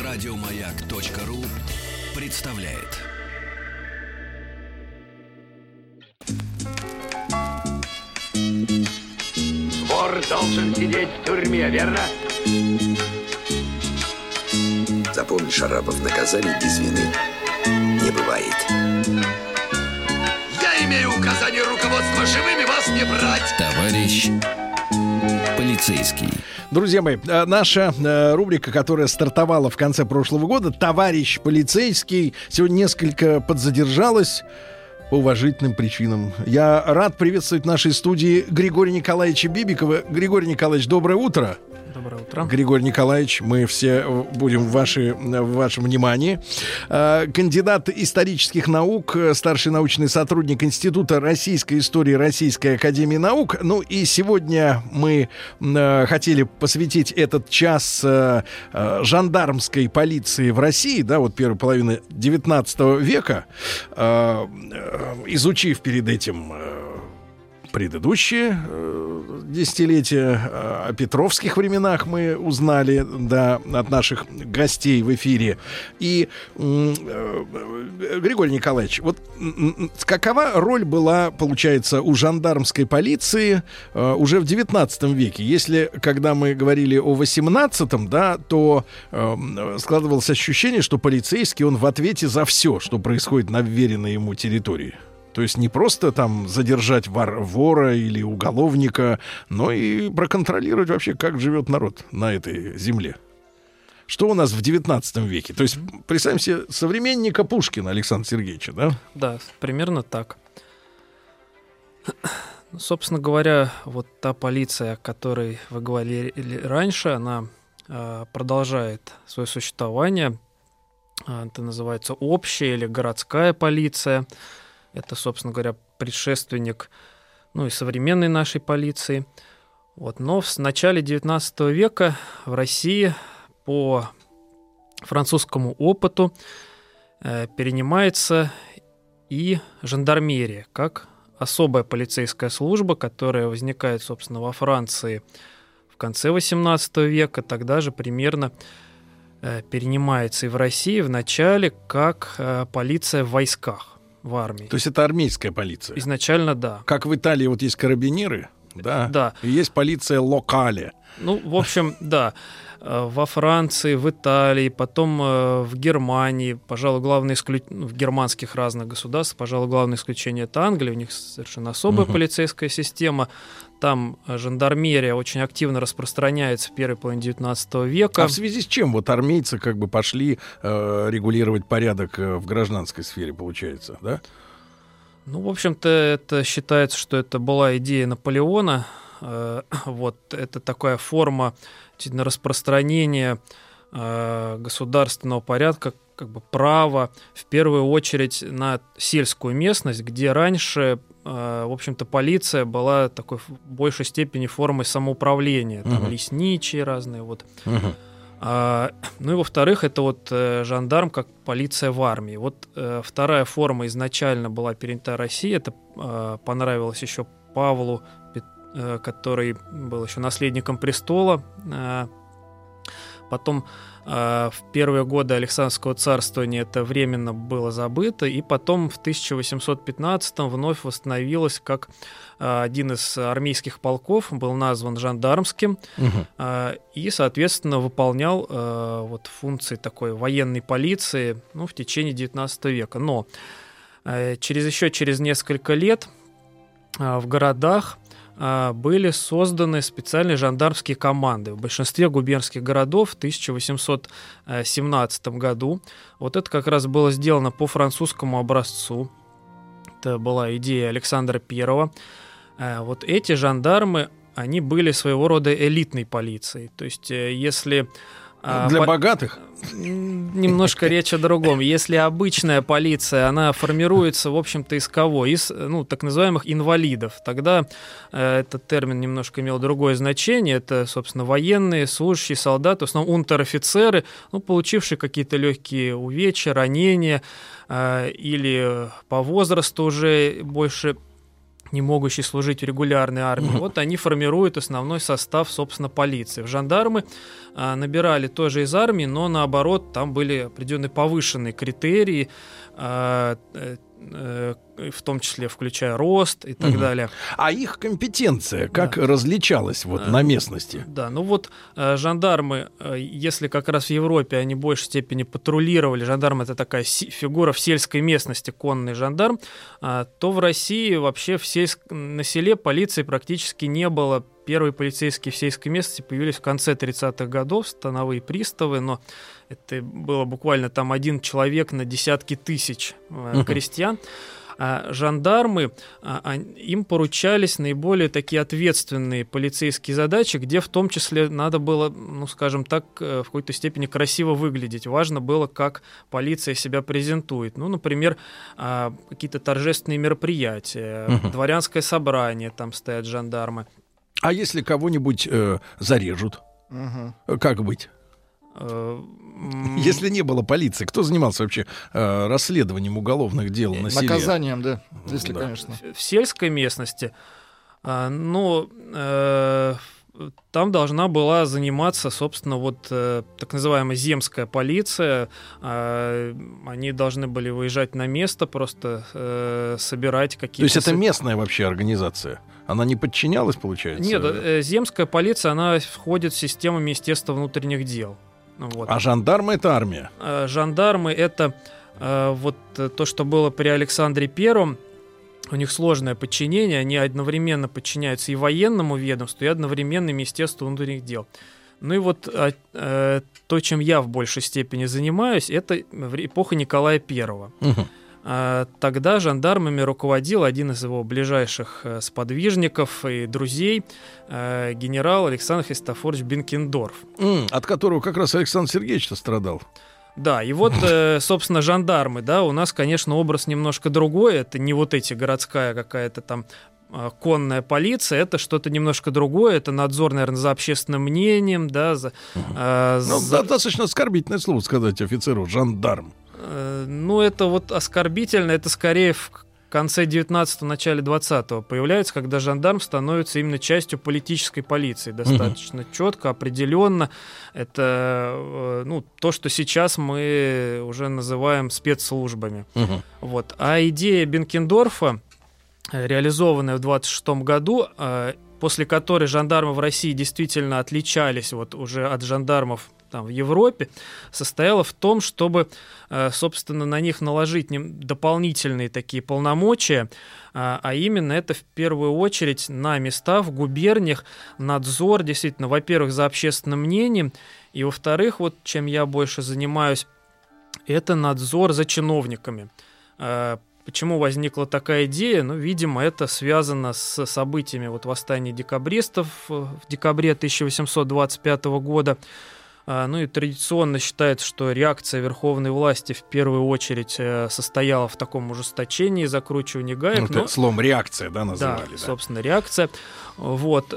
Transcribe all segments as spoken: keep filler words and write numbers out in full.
Радиомаяк.ру представляет. Вор должен сидеть в тюрьме, верно? Запомни, Шарапов, наказание без вины не бывает. Я имею указание руководства живыми вас не брать. Товарищ полицейский. Друзья мои, наша рубрика, которая стартовала в конце прошлого года, «Товарищ полицейский», сегодня несколько подзадержалась по уважительным причинам. Я рад приветствовать в нашей студии Григория Николаевича Бибикова. Григорий Николаевич, доброе утро. Доброе утро. Григорий Николаевич, мы все будем в, вашей, в вашем внимании. Кандидат исторических наук, старший научный сотрудник Института российской истории Российской академии наук. Ну и сегодня мы хотели посвятить этот час жандармской полиции в России, да, вот первой половины девятнадцатого века, изучив перед этим предыдущие э, десятилетия. О петровских временах мы узнали, да, от наших гостей в эфире. И, э, э, Григорий Николаевич, вот э, какова роль была, получается, у жандармской полиции э, уже в девятнадцатом веке? Если, когда мы говорили о восемнадцатом, да, то э, складывалось ощущение, что полицейский, он в ответе за все, что происходит на вверенной ему территории. То есть не просто там задержать вор, вора или уголовника, но и проконтролировать вообще, как живет народ на этой земле. Что у нас в девятнадцатом веке? То есть представим себе современника Пушкина Александра Сергеевича, да? Да, примерно так. Собственно говоря, вот та полиция, о которой вы говорили раньше, она э, продолжает свое существование. Это называется общая или городская полиция. Это, собственно говоря, предшественник, ну, и современной нашей полиции. Вот. Но в начале девятнадцатого века в России по французскому опыту э, перенимается и жандармерия, как особая полицейская служба, которая возникает, собственно, во Франции в конце восемнадцатого века, тогда же примерно э, перенимается и в России в начале как э, полиция в войсках. В армии. То есть это армейская полиция? Изначально, да. Как в Италии вот есть карабинеры, да, да. И есть полиция локале. Ну, в общем, да. Во Франции, в Италии, потом в Германии, пожалуй, главное исключение, в германских разных государствах, пожалуй, главное исключение — это Англия, у них совершенно особая uh-huh. полицейская система. Там жандармерия очень активно распространяется в первой половине девятнадцатого века. А в связи с чем вот армейцы как бы пошли э, регулировать порядок в гражданской сфере, получается, да? Ну, в общем-то, это считается, что это была идея Наполеона. Э, вот это такая форма распространения э, государственного порядка, как бы права, в первую очередь на сельскую местность, где раньше, э, в общем-то, полиция была такой в большей степени формой самоуправления, там uh-huh. лесничие разные, вот. Uh-huh. А, ну и во-вторых, это вот э, жандарм как полиция в армии. Вот э, вторая форма изначально была перенята Россией, это э, понравилось еще Павлу, э, который был еще наследником престола. Э, потом в первые годы Александровского царствования это временно было забыто, и потом в тысяча восемьсот пятнадцатом вновь восстановилось, как один из армейских полков был назван жандармским, угу. и, соответственно, выполнял вот функции такой военной полиции, ну, в течение девятнадцатого века. Но через, еще через несколько лет в городах были созданы специальные жандармские команды в большинстве губернских городов в тысяча восемьсот семнадцатом году. Вот это как раз было сделано по французскому образцу. Это была идея Александра Первого. Вот эти жандармы, они были своего рода элитной полицией. То есть если... Для по... богатых? Немножко речь о другом. Если обычная полиция, она формируется, в общем-то, из кого? Из, ну, так называемых инвалидов. Тогда э, этот термин немножко имел другое значение. Это, собственно, военные, служащие, солдаты, в основном унтер-офицеры, ну, получившие какие-то легкие увечья, ранения, э, или по возрасту уже больше не могущий служить в регулярной армии. Вот они формируют основной состав, собственно, полиции. В жандармы а, набирали тоже из армии, но наоборот, там были определенные повышенные критерии, а, а, а, в том числе включая рост и так угу. далее. А их компетенция как да. различалась вот а, на местности? Да, ну вот а, жандармы, а, если как раз в Европе они в большей степени патрулировали, жандарм — это такая си- фигура в сельской местности, конный жандарм, а, то в России вообще в сельск... на селе полиции практически не было. Первые полицейские в сельской местности появились в конце тридцатых годов, становые приставы, но это было буквально там один человек на десятки тысяч uh-huh. крестьян. А жандармы, а, им поручались наиболее такие ответственные полицейские задачи, где в том числе надо было, ну, скажем так, в какой-то степени красиво выглядеть. Важно было, как полиция себя презентует. Ну, например, а, какие-то торжественные мероприятия, uh-huh. дворянское собрание, там стоят жандармы. А если кого-нибудь э, зарежут, uh-huh. как быть? Если не было полиции, кто занимался вообще э, расследованием уголовных дел на селе? Наказанием, да, если, да. конечно. В сельской местности, э, ну, э, там должна была заниматься, собственно, вот э, так называемая земская полиция. Э, они должны были выезжать на место, просто э, собирать какие-то... То есть это местная вообще организация? Она не подчинялась, получается? Нет, э, земская полиция, она входит в систему Министерства внутренних дел. Вот. А жандармы — это армия? Э, жандармы — это э, вот то, что было при Александре Первом. У них сложное подчинение, они одновременно подчиняются и военному ведомству, и одновременно Министерству внутренних дел. Ну и вот э, э, то, чем я в большей степени занимаюсь, это эпоха Николая Первого. Угу. Э, тогда жандармами руководил один из его ближайших э, сподвижников и друзей, э, генерал Александр Христофорович Бенкендорф. Mm, от которого как раз Александр Сергеевич-то страдал. Да, и вот, э, собственно, жандармы, да, у нас, конечно, образ немножко другой, это не вот эти городская какая-то там э, конная полиция, это что-то немножко другое, это надзор, наверное, за общественным мнением, да, за... Э, ну, за... достаточно оскорбительное слово сказать офицеру, жандарм. Э, ну, это вот оскорбительно, это скорее в конце девятнадцатого, начале двадцатого появляется, когда жандарм становится именно частью политической полиции, достаточно uh-huh. четко, определенно. Это ну, то, что сейчас мы уже называем спецслужбами. Uh-huh. Вот. А идея Бенкендорфа, реализованная в двадцать шестом году, после которой жандармы в России действительно отличались вот уже от жандармов там, в Европе, состояла в том, чтобы, собственно, на них наложить дополнительные такие полномочия, а именно это в первую очередь на места в губерниях надзор, действительно, во-первых, за общественным мнением, и, во-вторых, вот чем я больше занимаюсь, это надзор за чиновниками. Почему возникла такая идея? Ну, видимо, это связано с событиями вот восстания декабристов в декабре тысяча восемьсот двадцать пятого года. Ну и традиционно считается, что реакция верховной власти в первую очередь состояла в таком ужесточении, закручивании гаек. Ну, но... Словом реакция, да, называли. Да, да, собственно, реакция. Вот.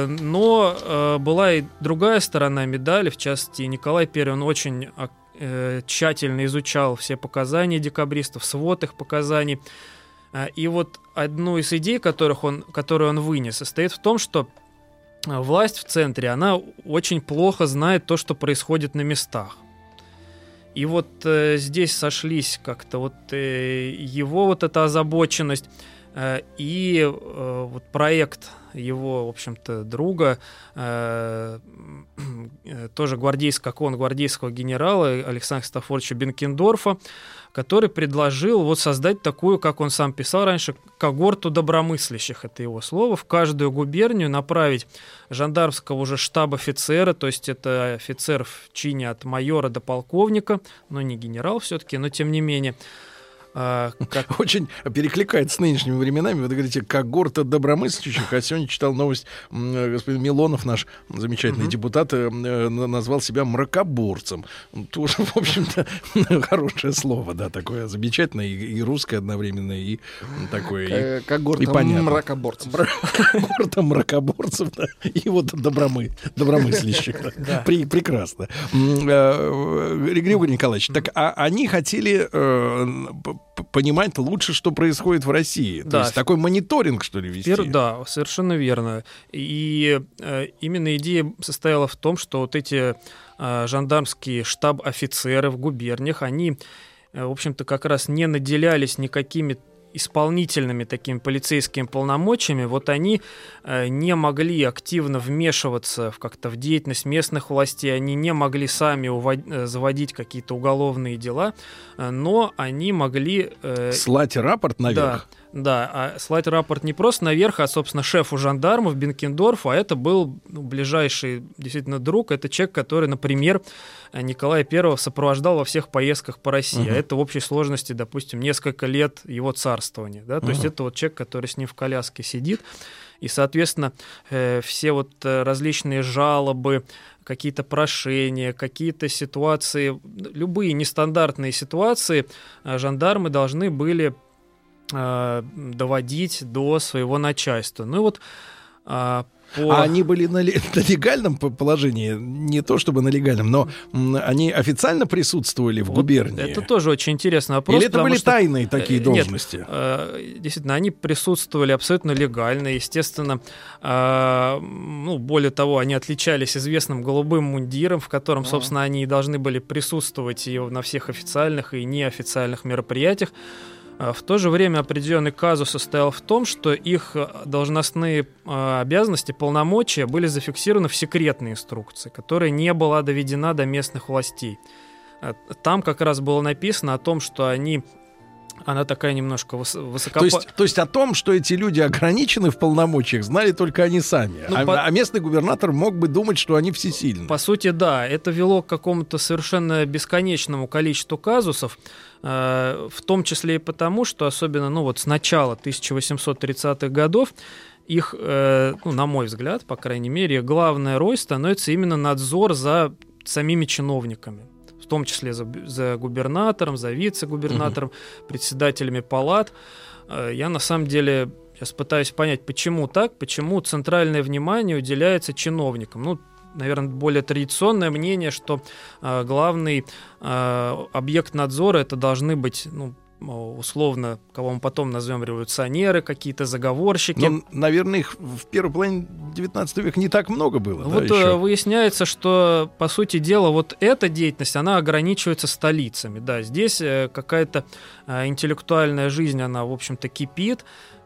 Но была и другая сторона медали, в частности, Николай Первый, он очень тщательно изучал все показания декабристов, свод их показаний. И вот одну из идей, которых он, которую он вынес, состоит в том, что власть в центре, она очень плохо знает то, что происходит на местах. И вот э, здесь сошлись как-то вот э, его вот эта озабоченность э, и э, вот проект его, в общем-то, друга, э, э, тоже гвардейского, как он, гвардейского генерала Александра Христофоровича Бенкендорфа, который предложил вот создать такую, как он сам писал раньше, когорту добромыслящих, это его слово, в каждую губернию направить жандармского уже штаб-офицера, то есть это офицер в чине от майора до полковника, но не генерал все-таки, но тем не менее. А, как... Очень перекликается с нынешними временами. Вы говорите, когорта добромыслящих. А сегодня читал новость, господин Милонов, наш замечательный uh-huh. депутат, назвал себя мракоборцем. Тоже, в общем-то, хорошее слово, да, такое замечательное и, и русское одновременно, и такое... Когорта и понятно. мракоборцев. Когорта мракоборцев, да, и вот добромы, добромыслящих. Да. При, прекрасно. Григорий Николаевич, так а они хотели... понимать лучше, что происходит в России. То Да. есть такой мониторинг, что ли, вести. Пер- Да, совершенно верно. И э, именно идея состояла в том, что вот эти э, жандармские штаб-офицеры в губерниях, они, э, в общем-то, как раз не наделялись никакими исполнительными такими полицейскими полномочиями. Вот они э, не могли активно вмешиваться в как-то в деятельность местных властей, они не могли сами увод- э, заводить какие-то уголовные дела, э, но они могли... э, Слать рапорт наверх. Да. Да, а слать рапорт не просто наверх, а, собственно, шефу жандармов Бенкендорфу, а это был ну, ближайший действительно друг, это человек, который, например, Николая Первого сопровождал во всех поездках по России, uh-huh. а это в общей сложности, допустим, несколько лет его царствования, да, то uh-huh. есть это вот человек, который с ним в коляске сидит, и, соответственно, э, все вот э, различные жалобы, какие-то прошения, какие-то ситуации, любые нестандартные ситуации э, жандармы должны были доводить до своего начальства. Ну и вот а, по... А они были на, ли, на легальном положении, не то чтобы на легальном, но м, они официально присутствовали в вот губернии? Это тоже очень интересный вопрос. Или это были что... тайные такие должности? Нет, действительно, они присутствовали абсолютно легально. Естественно, ну, более того, они отличались известным голубым мундиром, в котором, собственно, они должны были присутствовать и на всех официальных и неофициальных мероприятиях. В то же время определенный казус состоял в том, что их должностные обязанности, полномочия были зафиксированы в секретной инструкции, которая не была доведена до местных властей. Там как раз было написано о том, что они... Она такая немножко высоко... То есть, то есть о том, что эти люди ограничены в полномочиях, знали только они сами. Ну, а, по... а местный губернатор мог бы думать, что они всесильны. По сути, да. Это вело к какому-то совершенно бесконечному количеству казусов, э, в том числе и потому, что особенно ну, вот с начала тысяча восемьсот тридцатых годов их, э, ну, на мой взгляд, по крайней мере, главная роль становится именно надзор за самими чиновниками. В том числе за, за губернатором, за вице-губернатором, uh-huh. председателями палат. Я на самом деле сейчас пытаюсь понять, почему так, почему центральное внимание уделяется чиновникам. Ну, наверное, более традиционное мнение, что э, главный э, объект надзора это должны быть, ну, условно, кого мы потом назовем революционеры, какие-то заговорщики. Но, наверное, их в первой половине девятнадцатого века не так много было. Вот да, еще? Выясняется, что, по сути дела, вот эта деятельность, она ограничивается столицами. Да, здесь какая-то интеллектуальная жизнь, она, в общем-то, кипит.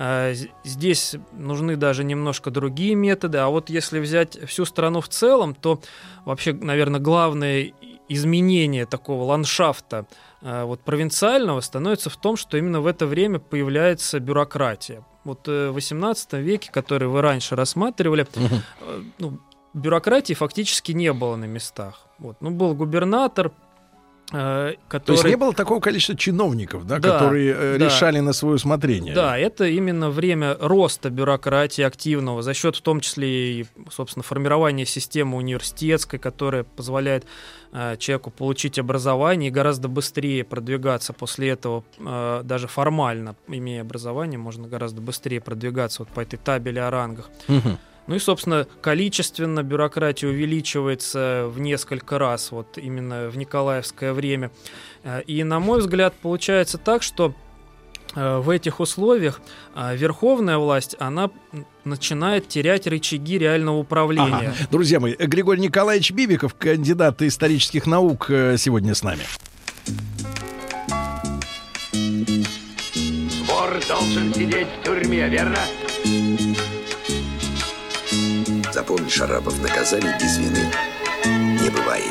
Здесь нужны даже немножко другие методы. А вот если взять всю страну в целом, то вообще, наверное, главное изменение такого ландшафта вот, провинциального становится в том, что именно в это время появляется бюрократия. Вот в восемнадцатом веке, который вы раньше рассматривали, uh-huh. ну, бюрократии фактически не было на местах. Вот. Ну, был губернатор, который... То есть не было такого количества чиновников, да, да, которые да. решали на свое усмотрение? Да, это именно время роста бюрократии активного, за счет в том числе и, собственно, формирования системы университетской, которая позволяет э, человеку получить образование и гораздо быстрее продвигаться после этого, э, даже формально, имея образование, можно гораздо быстрее продвигаться вот по этой табели о рангах. Угу. Ну и, собственно, количественно бюрократия увеличивается в несколько раз вот именно в николаевское время. И, на мой взгляд, получается так, что в этих условиях верховная власть, она начинает терять рычаги реального управления. Ага. Друзья мои, Григорий Николаевич Бибиков, кандидат исторических наук, сегодня с нами. Вор должен сидеть в тюрьме, верно? Запомни, Шарапов, наказаний без вины не бывает.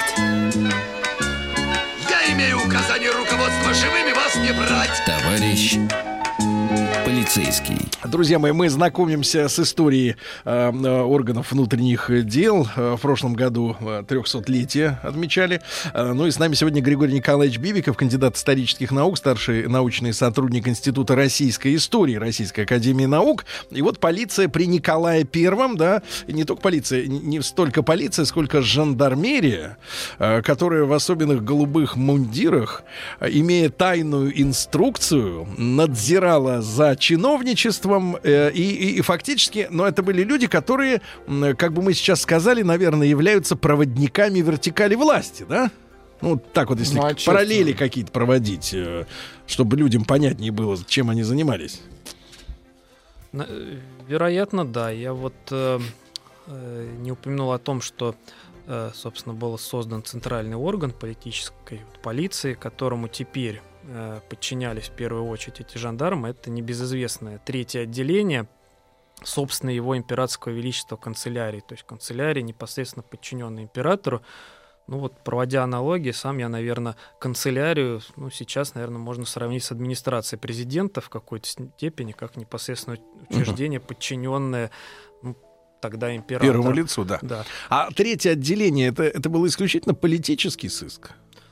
Я имею указание руководства живыми вас не брать. Товарищ полицейский. Друзья мои, мы знакомимся с историей э, органов внутренних дел. В прошлом году трехсотлетие отмечали. Э, ну и с нами сегодня Григорий Николаевич Бибиков, кандидат исторических наук, старший научный сотрудник Института российской истории Российской академии наук. И вот полиция при Николае Первом, да, и не только полиция, не столько полиция, сколько жандармерия, э, которая в особенных голубых мундирах, э, имея тайную инструкцию, надзирала за чиновничеством э, и, и, и фактически, но это были люди, которые, как бы мы сейчас сказали, наверное, являются проводниками вертикали власти, да? Ну, так вот, если Ну, а параллели честно. какие-то проводить, э, чтобы людям понятнее было, чем они занимались. На- э, Вероятно, да. Я вот э, э, не упомянул о том, что, э, собственно, был создан центральный орган политической вот полиции, которому теперь э, подчинялись в первую очередь эти жандармы. Это небезызвестное третье отделение, собственно, его императорского величества канцелярии, то есть канцелярии, непосредственно подчиненной императору. Ну вот, проводя аналогии, сам я, наверное, канцелярию, ну, сейчас, наверное, можно сравнить с администрацией президента в какой-то степени, как непосредственно учреждение, подчиненное, ну, тогда императору. Первому лицу, да. Да. А третье отделение, это, это был исключительно политический сыск?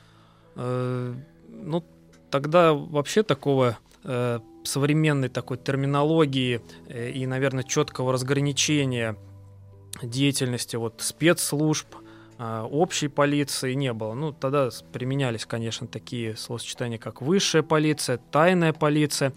Э, Ну, тогда вообще такого э, современной такой терминологии э, и, наверное, четкого разграничения деятельности вот спецслужб, э, общей полиции не было. Ну, тогда с- применялись, конечно, такие словосочетания, как высшая полиция, тайная полиция.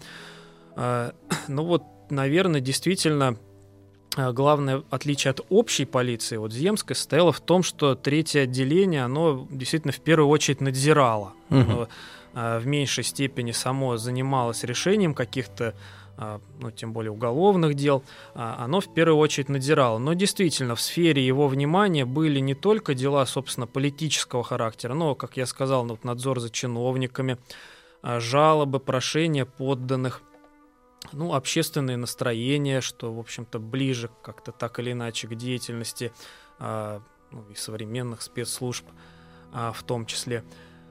Э, ну вот, наверное, действительно, э, главное отличие от общей полиции, вот земской, состояло в том, что третье отделение, оно действительно в первую очередь надзирало. Мгм. Оно, э, в меньшей степени само занималось решением каких-то, э, ну, тем более уголовных дел, а оно в первую очередь надзирало. Но действительно, в сфере его внимания были не только дела, собственно, политического характера, но, как я сказал, ну, вот надзор за чиновниками, э, жалобы, прошения подданных, ну, общественные настроения, что, в общем-то, ближе как-то так или иначе к деятельности а, ну, и современных спецслужб а, в том числе.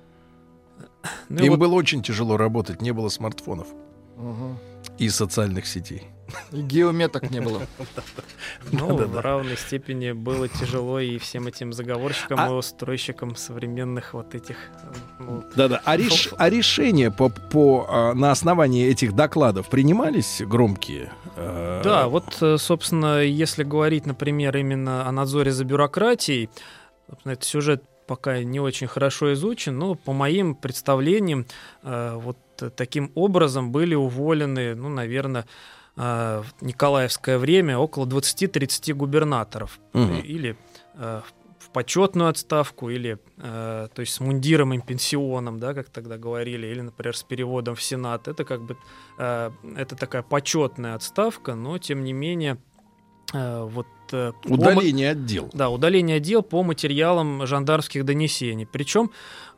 Ну, и Им вот, было очень тяжело работать, не было смартфонов Мгм. и социальных сетей. И геометок не было. ну, да-да-да. в равной степени было тяжело и всем этим заговорщикам А- и устройщикам современных вот этих... ну, Да-да. А, реш- а решения по, по, а, на основании этих докладов принимались громкие? Э, Да, вот, э, собственно, если говорить, например, именно о надзоре за бюрократией, собственно, этот сюжет пока не очень хорошо изучен, но по моим представлениям, э, вот э, таким образом были уволены, ну, наверное, э, в Николаевское время около двадцати-тридцати губернаторов. Мгм. Или э, в почетную отставку, или э, то есть с мундиром и пенсионом, да, как тогда говорили, или, например, с переводом в Сенат. Это как бы э, это такая почетная отставка, но тем не менее э, вот э, по мо- Удаление отдел. да, удаление отдел по материалам жандармских донесений. Причем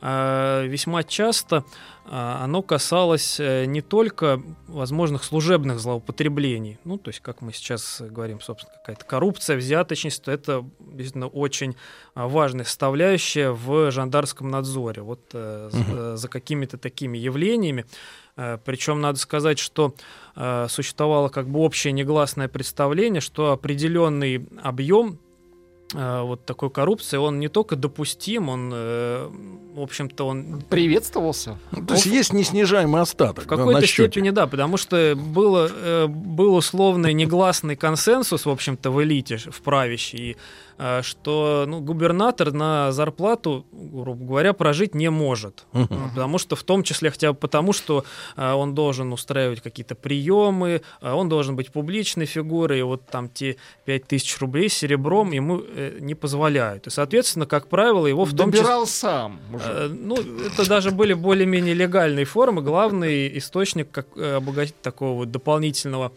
э, весьма часто э, оно касалось э, не только возможных служебных злоупотреблений, ну, то есть, как мы сейчас говорим, собственно, какая-то коррупция, взяточничество, это действительно очень э, важная составляющая в жандармском надзоре. Вот э, з- э, за какими-то такими явлениями. Э, Причем надо сказать, что э, существовало как бы общее негласное представление, что определенный объем э, вот такой коррупции, он не только допустим, он, э, в общем-то, он Приветствовался. Ну, то есть есть неснижаемый остаток в да, какой-то на счете. степени, да, потому что было, э, был условный негласный консенсус, в общем-то, в элите, в правящей, э, что ну, губернатор на зарплату, грубо говоря, прожить не может. Мгм. Ну, потому что, в том числе, хотя бы потому, что э, он должен устраивать какие-то приемы, э, он должен быть публичной фигурой, и вот там те пять тысяч рублей серебром ему э, не позволяют. И, соответственно, как правило, его в том числе... Добирал сам. мужик. Э, Ну, это даже были более-менее легальные формы. Главный источник как, э, обогатить такого вот дополнительного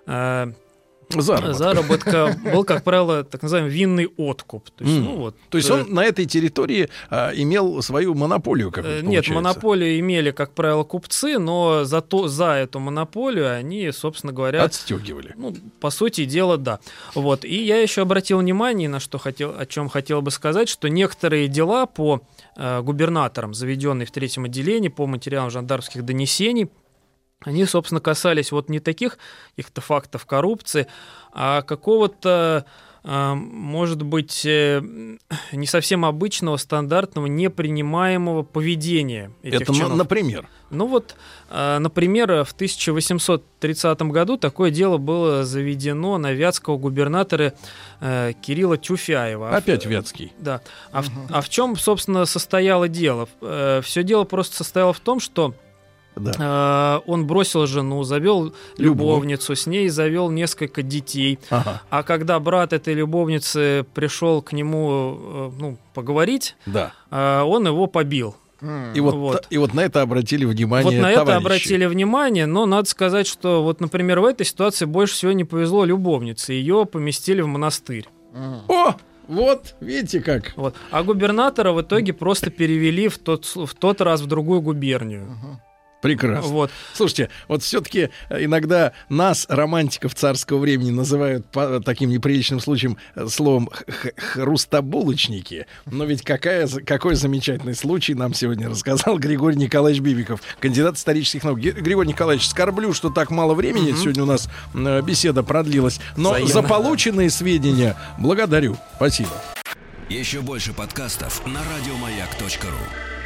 э, Заработок. заработка был, как правило, так называемый винный откуп. То есть, М. ну, вот, То есть э, он на этой территории а, имел свою монополию, как э, Нет, монополию имели, как правило, купцы, но зато за эту монополию они, собственно говоря, Отстегивали. ну, по сути дела, да. Вот. И я еще обратил внимание, на что хотел, о чем хотел бы сказать, что некоторые дела по э, губернаторам, заведенные в третьем отделении, по материалам жандармских донесений, они, собственно, касались вот не таких каких-то фактов коррупции, а какого-то, э, может быть, э, не совсем обычного, стандартного, непринимаемого поведения этих Это, м- чинов. например. Ну вот, э, например, в тысяча восемьсот тридцатом году такое дело было заведено на вятского губернатора э, Кирилла Тюфяева. Опять Вятский. Да. А, в, а в чем, собственно, состояло дело? Все дело просто состояло в том, что Да. э, он бросил жену, завел Любовь. любовницу, с ней завел несколько детей. Ага. А когда брат этой любовницы пришел к нему э, ну, поговорить, Да. э, он его побил. И вот, Вот. и вот на это обратили внимание Вот на это товарищи. обратили внимание, но надо сказать, что вот, например, в этой ситуации больше всего не повезло любовнице. Ее поместили в монастырь. О, вот, видите как. Вот. А губернатора в итоге просто перевели в тот, с- в тот раз в другую губернию. Прекрасно. Вот. Слушайте, вот все-таки иногда нас, романтиков царского времени, называют по таким неприличным случаем э, словом х- х- хрустобулочники. Но ведь какая, за- какой замечательный случай нам сегодня рассказал Григорий Николаевич Бибиков, кандидат исторических наук. Ге- Григорий Николаевич, скорблю, что так мало времени сегодня у нас э, беседа продлилась. Но Взаимно. за полученные сведения благодарю. Спасибо. Еще больше подкастов на радиомаяк точка ру.